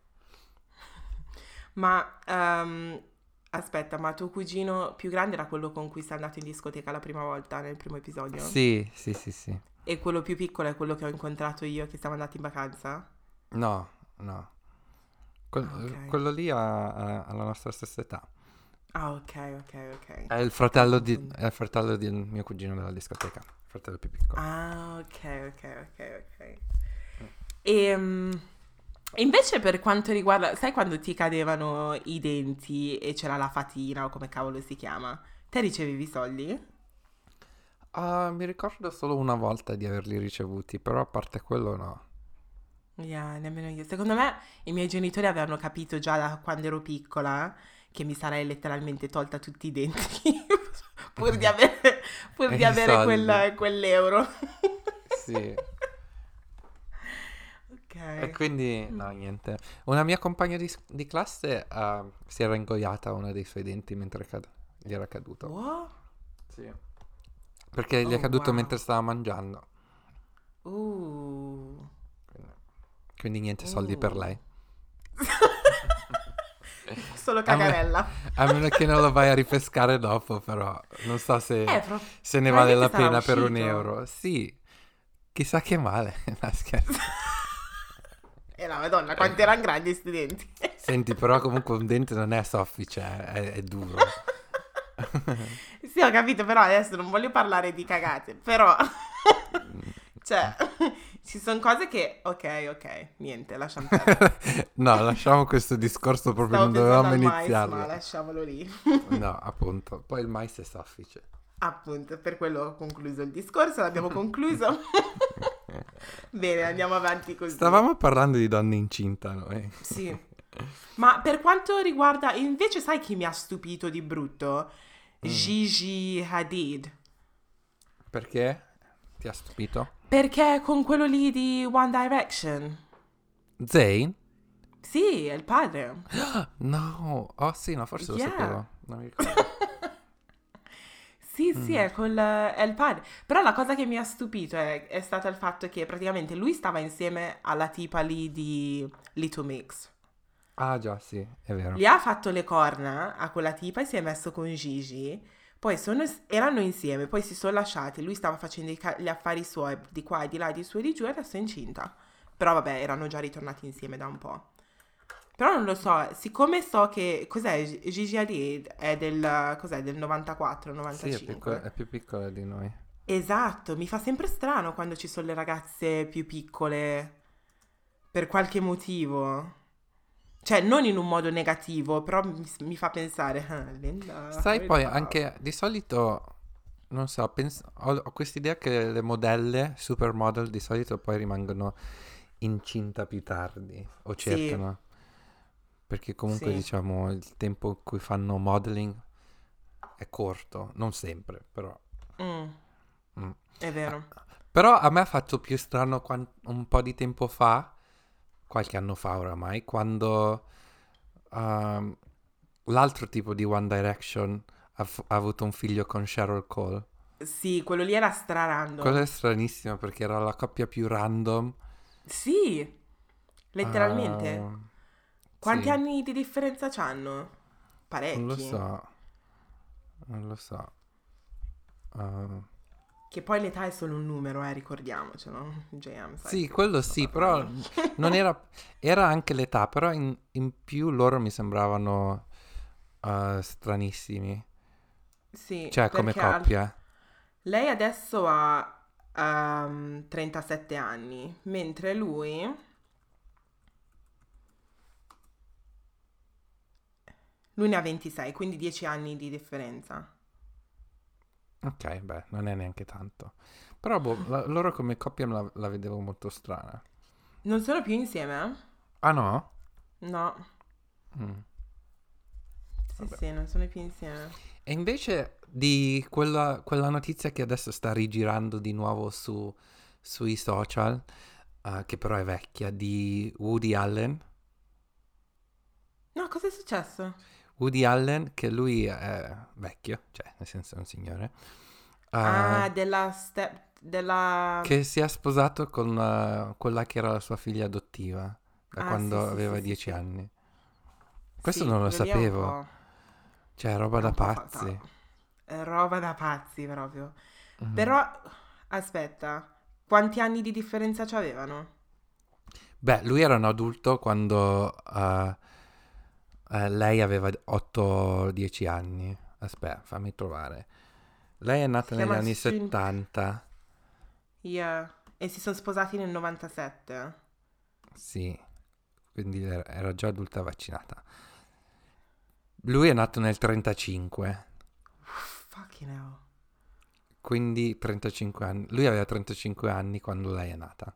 Ma, aspetta, ma tuo cugino più grande era quello con cui sei andato in discoteca la prima volta nel primo episodio? Sì, sì, sì, sì. E quello più piccolo è quello che ho incontrato io che siamo andati in vacanza? No, no. Ah, ok. Quello lì ha la nostra stessa età. Ah, ok, ok, ok. È il Stavo fratello, confondendo. è il fratello del mio cugino della discoteca, il fratello più piccolo. Ah, ok, ok, ok, ok. E invece per quanto riguarda, sai quando ti cadevano i denti e c'era la fatina o come cavolo si chiama? Te ricevevi i soldi? Ah, mi ricordo solo una volta di averli ricevuti, però a parte quello no. Yeah, nemmeno io. Secondo me i miei genitori avevano capito già da quando ero piccola che mi sarei letteralmente tolta tutti i denti pur di avere, pur E di i avere soldi, quell'euro. sì. E Ok. quindi, Mm. no, niente. Una mia compagna di classe si era ingoiata uno dei suoi denti mentre gli era caduto. What? Sì. Perché gli è Oh, caduto mentre wow. stava mangiando. Uh. Quindi, quindi niente soldi per Uh. lei. Solo A me- cagarella. a meno che non lo vai a ripescare dopo, però non so se ne vale la probabilmente sarà pena per un uscito. euro. Sì, chissà che male. No, scherzo. E la Madonna, quanti erano grandi sti denti. Senti, però comunque un dente non è soffice, è duro. Sì, ho capito, però adesso non voglio parlare di cagate, però... cioè, ci sono cose che... Ok, niente, lasciamo perdere. No, lasciamo questo discorso proprio, Stavo non pensando dovevamo al mais, ma iniziarlo. lasciamolo lì. No, appunto. Poi il mais è soffice. Appunto, per quello ho concluso il discorso, l'abbiamo concluso. Bene, andiamo avanti così. Stavamo parlando di donne incinta noi. Sì. Ma per quanto riguarda... Invece sai chi mi ha stupito di brutto? Mm. Gigi Hadid. Perché? Ti ha stupito? Perché con quello lì di One Direction. Zayn? Sì, è il padre. No. Oh sì, no, forse lo Yeah. sapevo. Non mi ricordo. Sì, è il padre. Però la cosa che mi ha stupito è stata il fatto che praticamente lui stava insieme alla tipa lì di Little Mix. Ah già, sì, è vero. Gli ha fatto le corna a quella tipa e si è messo con Gigi. Poi erano insieme, poi si sono lasciati. Lui stava facendo gli affari suoi di qua e di là, di su e di giù, e adesso è incinta. Però vabbè, erano già ritornati insieme da un po'. Però non lo so, siccome so che... Cos'è? Gigi Hadid è cos'è? Del 94, Sì, 95. è più piccola di noi. Esatto, mi fa sempre strano quando ci sono le ragazze più piccole per qualche motivo. Cioè, non in un modo negativo, però mi fa pensare, Linda, Sai, where the poi fuck are-" anche di solito, non so, ho quest'idea che le modelle, supermodel, di solito poi rimangono incinta più tardi, o Sì, cercano, perché comunque sì, diciamo il tempo in cui fanno modeling è corto, non sempre, però. mm, Mm. è Ah, vero. però a me ha fatto più strano un po' di tempo fa, qualche anno fa oramai, quando ehm, l'altro tipo di One Direction ha avuto un figlio con Cheryl Cole. Sì, quello lì era Quello è stra-random. stranissimo perché era la coppia più random. Sì, letteralmente. Ehm, Quanti sì, anni di differenza c'hanno? non lo Parecchi. so, non lo so. Ehm, Che poi l'età è solo un numero, ricordiamocelo. JM, sai sì, che quello sto sì, però parlando. non era, era anche l'età, però in più loro mi sembravano stranissimi. Sì, Cioè, come perché coppia. lei adesso ha 37 anni, mentre lui ne ha 26, quindi 10 anni di differenza. Ok, beh, non è neanche tanto. Però boh, loro come coppia la vedevo molto strana. Non sono più insieme? Ah no? No, Mm, sì, vabbè. sì, non sono più insieme. E invece di quella notizia che adesso sta rigirando di nuovo sui social, che però è vecchia, di Woody Allen. No, cosa è successo? Woody Allen, che lui è vecchio, cioè nel senso è un signore, Ah, eh, della... che si è sposato con quella che era la sua figlia adottiva da Ah, sì, quando sì, sì, aveva sì, 10 sì. anni. Questo Sì, non lo quello lì sapevo, cioè roba è da un po' fatta. pazzi. È roba da pazzi proprio. Mhm. Però, aspetta, quanti anni di differenza c'avevano? Beh, lui era un adulto quando lei aveva 8-10 anni. Aspetta, fammi trovare. Lei è Si nata negli chiama anni 70. Yeah. E si sono sposati nel 97. Sì, quindi era già adulta vaccinata. Lui è nato nel 35, Fucking hell. quindi 35 anni. Lui aveva 35 anni quando lei è nata.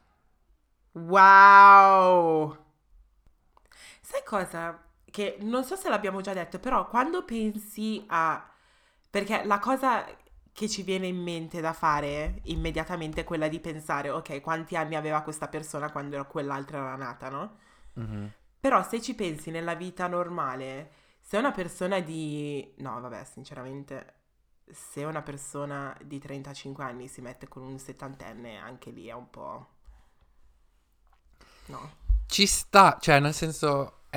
Wow! Sai cosa? Che non so se l'abbiamo già detto, però quando pensi a... Perché la cosa che ci viene in mente da fare immediatamente è quella di pensare, ok, quanti anni aveva questa persona quando quell'altra era nata, no? Mhm. Però se ci pensi nella vita normale, se una persona di... No, vabbè, sinceramente, se una persona di 35 anni si mette con un settantenne, anche lì è un po'... No. Ci sta, cioè nel senso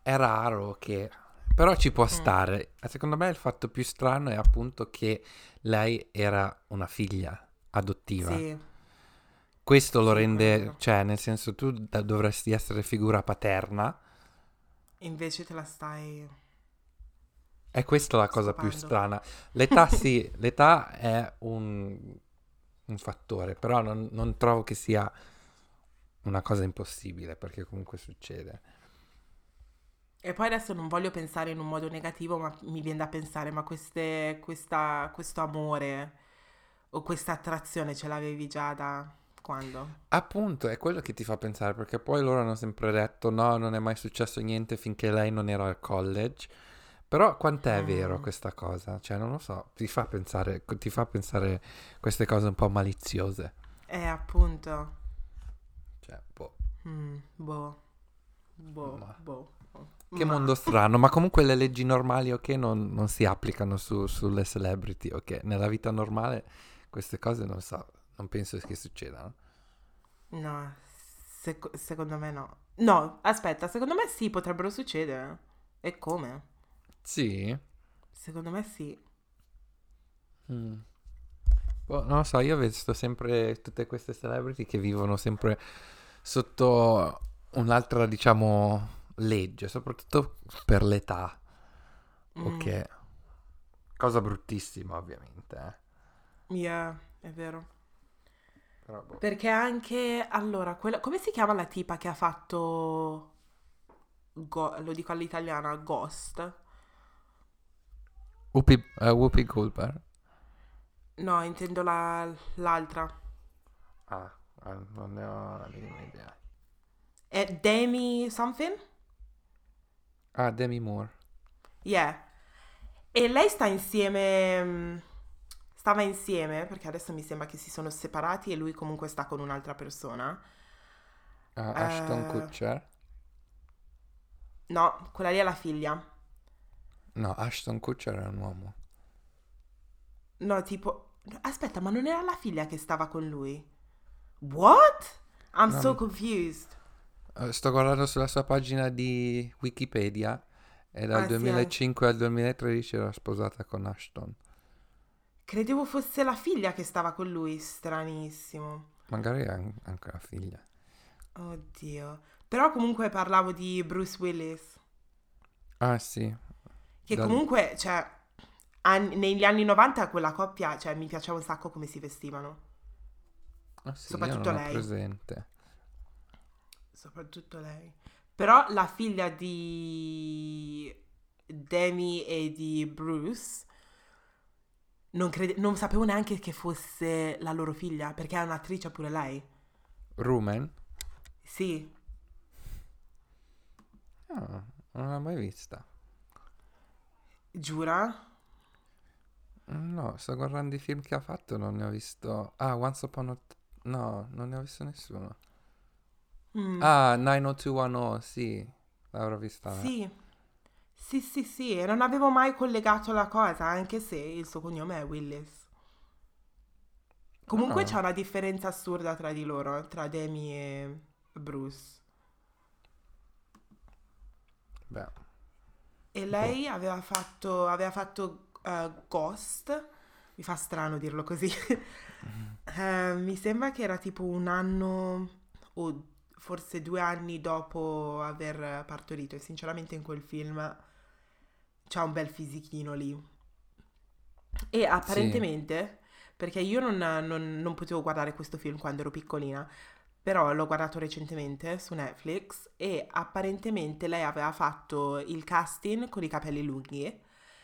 è raro che... Però ci può Mm, stare. Secondo me il fatto più strano è appunto che lei era una figlia adottiva. sì, Questo lo sì, quello è rende, vero. cioè, nel senso tu dovresti essere figura paterna. Invece te la stai E questa è la cosa più scopando. strana. L'età sì, l'età è un fattore, però non trovo che sia una cosa impossibile, perché comunque succede. E poi adesso non voglio pensare in un modo negativo, ma mi viene da pensare, ma questo amore o questa attrazione ce l'avevi già da quando? Appunto, è quello che ti fa pensare, perché poi loro hanno sempre detto no, non è mai successo niente finché lei non era al college. Però quant'è vero Mm, questa cosa? Cioè, non lo so, ti fa pensare queste cose un po' maliziose. appunto. Cioè, boh, Boh, boh, ma... boh. Che Ma mondo strano, ma comunque le leggi normali, ok, non si applicano sulle celebrity, ok? Nella vita normale queste cose non so, non penso che succedano. no, secondo me no. No, aspetta, secondo me sì, potrebbero succedere. E come? Sì? Secondo me sì. Mm. Boh, non lo so, io ho visto sempre tutte queste celebrity che vivono sempre sotto un'altra, diciamo, legge, soprattutto per l'età, Mm, ok? Cosa bruttissima, ovviamente, eh. yeah, è vero. Però, boh. Perché anche, allora, come si chiama la tipa che ha fatto, lo dico all'italiana, Ghost? Whoopi Goldberg. No, intendo l'altra. Ah, non ne ho la minima idea. È Demi something? Ah, Demi Moore. Yeah. E lei sta insieme, stava insieme, perché adesso mi sembra che si sono separati e lui comunque sta con un'altra persona. Ah, Ashton Eh, Kutcher. no, quella lì è la figlia. No, Ashton Kutcher è un uomo. No, tipo, aspetta, ma non era la figlia che stava con lui? What? I'm No, so confused. sto guardando sulla sua pagina di Wikipedia e dal Ah sì, 2005 al 2013 era sposata con Ashton. credevo fosse la figlia che stava con lui, stranissimo. Magari è anche la figlia. Oddio. Però comunque parlavo di Bruce Willis, Ah sì, che dal... comunque, cioè, negli anni 90 quella coppia, cioè, mi piaceva un sacco come si vestivano. ah sì, io non Soprattutto ho lei. presente. Soprattutto lei. Però la figlia di Demi e di Bruce non sapevo neanche che fosse la loro figlia, perché è un'attrice pure lei. Rumen? Sì, Ah, non l'ho mai vista. giura? No, sto guardando i film che ha fatto, non ne ho visto... Ah, Once Upon a... No, non ne ho visto nessuno. Mm, Ah, 90210, sì, l'avrò vista. sì, sì, sì, sì, e non avevo mai collegato la cosa, anche se il suo cognome è Willis. Comunque c'è Ah, una differenza assurda tra di loro, tra Demi e Bruce. beh, E boh. lei aveva fatto Ghost, mi fa strano dirlo così. Mi sembra che era tipo un anno o forse 2 anni dopo aver partorito e sinceramente in quel film c'ha un bel fisichino lì. E Sì, apparentemente, perché io non potevo guardare questo film quando ero piccolina, però l'ho guardato recentemente su Netflix e apparentemente lei aveva fatto il casting con i capelli lunghi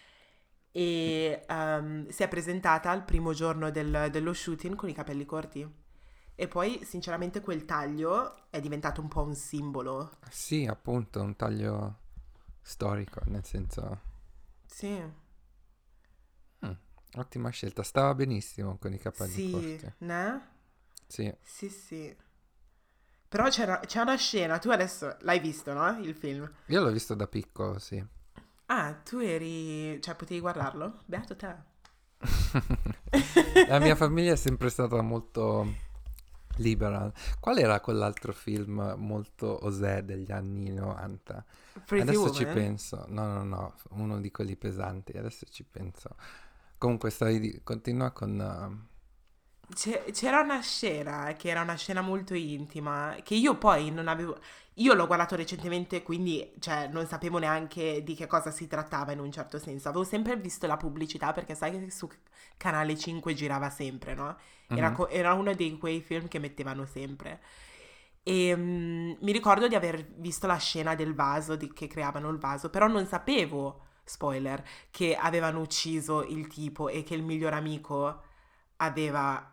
e si è presentata al primo giorno dello shooting con i capelli corti. E poi, sinceramente, quel taglio è diventato un po' un simbolo. sì, appunto, un taglio storico, nel senso... Sì, mm, ottima scelta, stava benissimo con i capelli sì, corti. né? Sì, Sì, sì. Però c'è una scena, tu adesso l'hai visto, no? Il film. io l'ho visto da piccolo, sì. Ah, tu eri... cioè potevi guardarlo? Beato te. La mia famiglia è sempre stata molto Liberal. Qual era quell'altro film molto osè degli anni 90? Pretty Adesso ci Woman? penso. No, no, no, uno di quelli pesanti. Adesso ci penso. Comunque continua con... C'era una scena che era una scena molto intima, che io poi non avevo... Io l'ho guardato recentemente, quindi cioè, non sapevo neanche di che cosa si trattava in un certo senso. Avevo sempre visto la pubblicità perché sai che su Canale 5 girava sempre, no? Mhm. Era uno di quei film che mettevano sempre. E mi ricordo di aver visto la scena del vaso, che creavano il vaso, però non sapevo, spoiler, che avevano ucciso il tipo e che il miglior amico aveva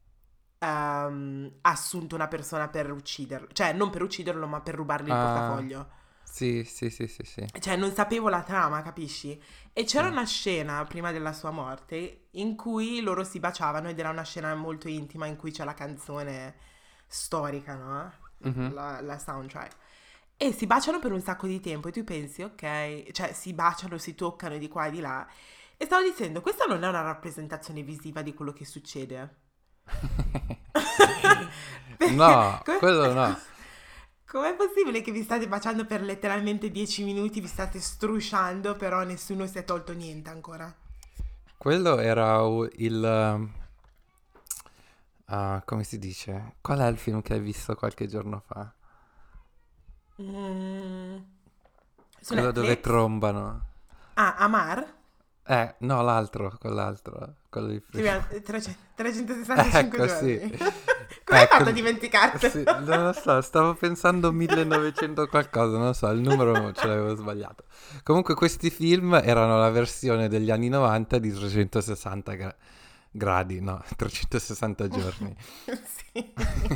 assunto una persona per ucciderlo, cioè non per ucciderlo, ma per rubargli il Ah, portafoglio. sì, sì, sì, sì, sì, Cioè, non sapevo la trama, capisci? E c'era sì. una scena prima della sua morte in cui loro si baciavano ed era una scena molto intima in cui c'è la canzone storica, no? Mhm. La soundtrack. E si baciano per un sacco di tempo e tu pensi, ok, cioè si baciano, si toccano di qua e di là. E stavo dicendo, questa non è una rappresentazione visiva di quello che succede. Perché No, quello no. com'è possibile che vi state baciando per letteralmente 10 minuti, vi state strusciando, però nessuno si è tolto niente ancora? Quello era come si dice? Qual è il film che hai visto qualche giorno fa? Mm, su Quello dove Netflix? trombano. Ah, Amar? No, l'altro, quell'altro, quello di Che prima. abbiamo 365 Ecco, sì. giorni. Come hai Ecco, fatto a dimenticartelo? sì, non lo so, stavo pensando 1900 qualcosa, non lo so, il numero ce l'avevo sbagliato. Comunque questi film erano la versione degli anni 90 di 360 gradi, no, 360 giorni. Sì.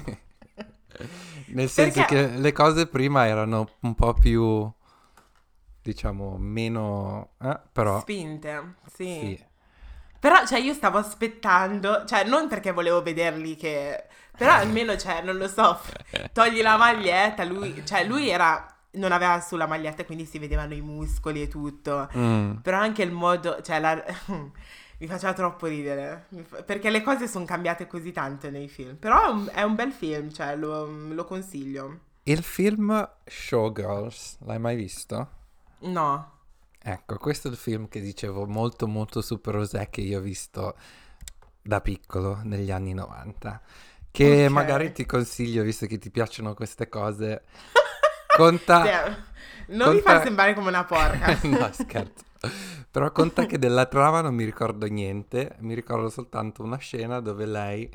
Nel senso Perché che le cose prima erano un po' più, diciamo, meno... però, spinte, sì. sì. Però, cioè, io stavo aspettando, cioè, non perché volevo vederli che... Però almeno, cioè, non lo so, togli la maglietta, lui... Cioè, lui era... Non aveva sulla maglietta, quindi si vedevano i muscoli e tutto. Mm. Però anche il modo... Cioè, mi faceva troppo ridere. Perché le cose sono cambiate così tanto nei film. Però è un bel film, cioè, lo consiglio. Il film Showgirls, l'hai mai visto? No. Ecco, questo è il film che dicevo molto molto super osè che io ho visto da piccolo negli anni 90, che Ok. magari ti consiglio visto che ti piacciono queste cose. Conta, Cioè, non mi far conta, sembrare come una porca. no scherzo, però conta che della trama non mi ricordo niente, mi ricordo soltanto una scena dove lei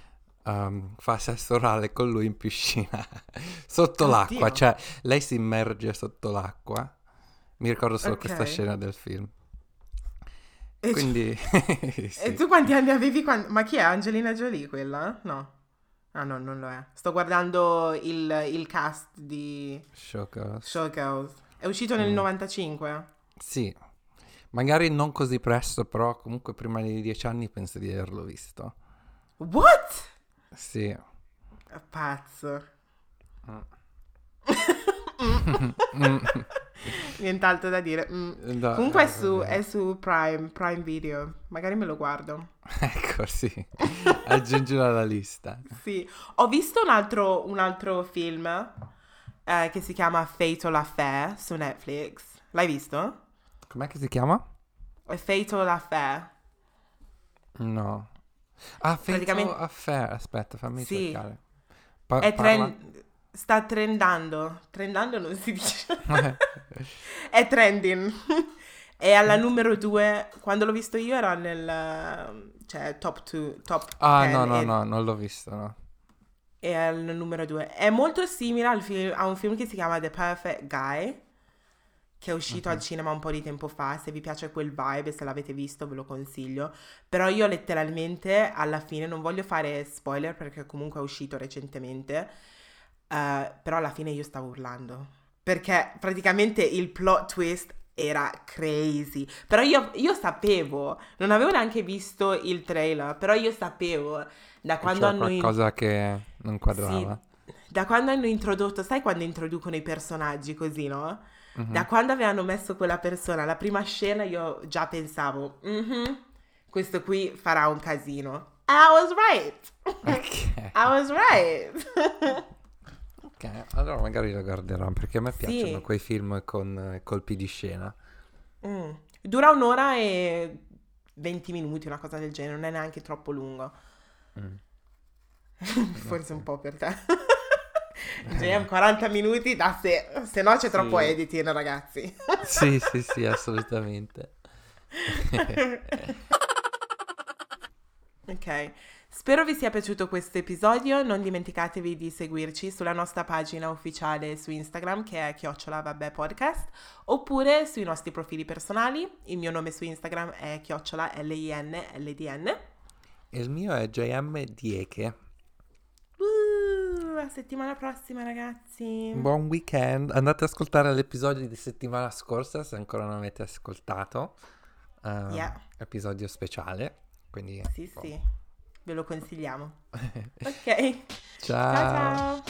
fa sesso orale con lui in piscina, sotto l'acqua, Oddio. cioè lei si immerge sotto l'acqua, mi ricordo solo Ok. questa scena del film. E, Quindi, e sì, tu quanti anni avevi quando... Ma chi è? Angelina Jolie quella? No. Ah no, non lo è. Sto guardando il cast di Showgirls. Showgirls. È uscito nel Mm. 95? Sì, magari non così presto, però comunque prima di 10 anni penso di averlo visto. What? Sì. Pazzo. Mm. Mm. Mm. Nient'altro da dire. No, Comunque va bene. è su Prime Video. Magari me lo guardo. Ecco, sì. Aggiungilo alla lista. Sì. Ho visto un altro film che si chiama Fatal Affair su Netflix. L'hai visto? Com'è che si chiama? A Fatal Affair. No. Ah, Fatal Praticamente, Affair. Aspetta, fammi sì, cercare. è Parla? sta trendando. Trendando non si dice. È trending. È alla numero 2. Quando l'ho visto io era cioè, top 2, top Ah, no, 10 no, no, non l'ho visto, no. è al numero 2. È molto simile a un film che si chiama The Perfect Guy, che è uscito al Mhm. cinema un po' di tempo fa. Se vi piace quel vibe, se l'avete visto, ve lo consiglio. Però io letteralmente alla fine non voglio fare spoiler perché comunque è uscito recentemente. Però alla fine io stavo urlando. Perché praticamente il plot twist era crazy. Però io sapevo, non avevo neanche visto il trailer, però io sapevo da Che quando c'era hanno qualcosa che non quadrava. sì, da quando hanno introdotto, sai quando introducono i personaggi così, no? Da Mhm. quando avevano messo quella persona, la prima scena io già pensavo, "Mhm, questo qui farà un casino." I was right. Ok. I was right. Ok, allora magari lo guarderò perché a me Sì. piacciono quei film con colpi di scena. Dura 1 ora e 20 minuti, una cosa del genere, non è neanche troppo lungo. Mm. Forse Ok. un po' per te. JM 40 minuti da sé, se no c'è troppo Sì. editing, ragazzi. Sì, sì, sì, assolutamente. Ok, spero vi sia piaciuto questo episodio, non dimenticatevi di seguirci sulla nostra pagina ufficiale su Instagram che è @vabbè_podcast oppure sui nostri profili personali, il mio nome su Instagram è @linldn. Il mio è JM Dieche. La settimana prossima, ragazzi. Buon weekend. Andate ad ascoltare l'episodio di settimana scorsa se ancora non avete ascoltato. Yeah, Episodio speciale. Quindi sì, boh. sì, ve lo consigliamo. Ok, ciao Ciao. ciao.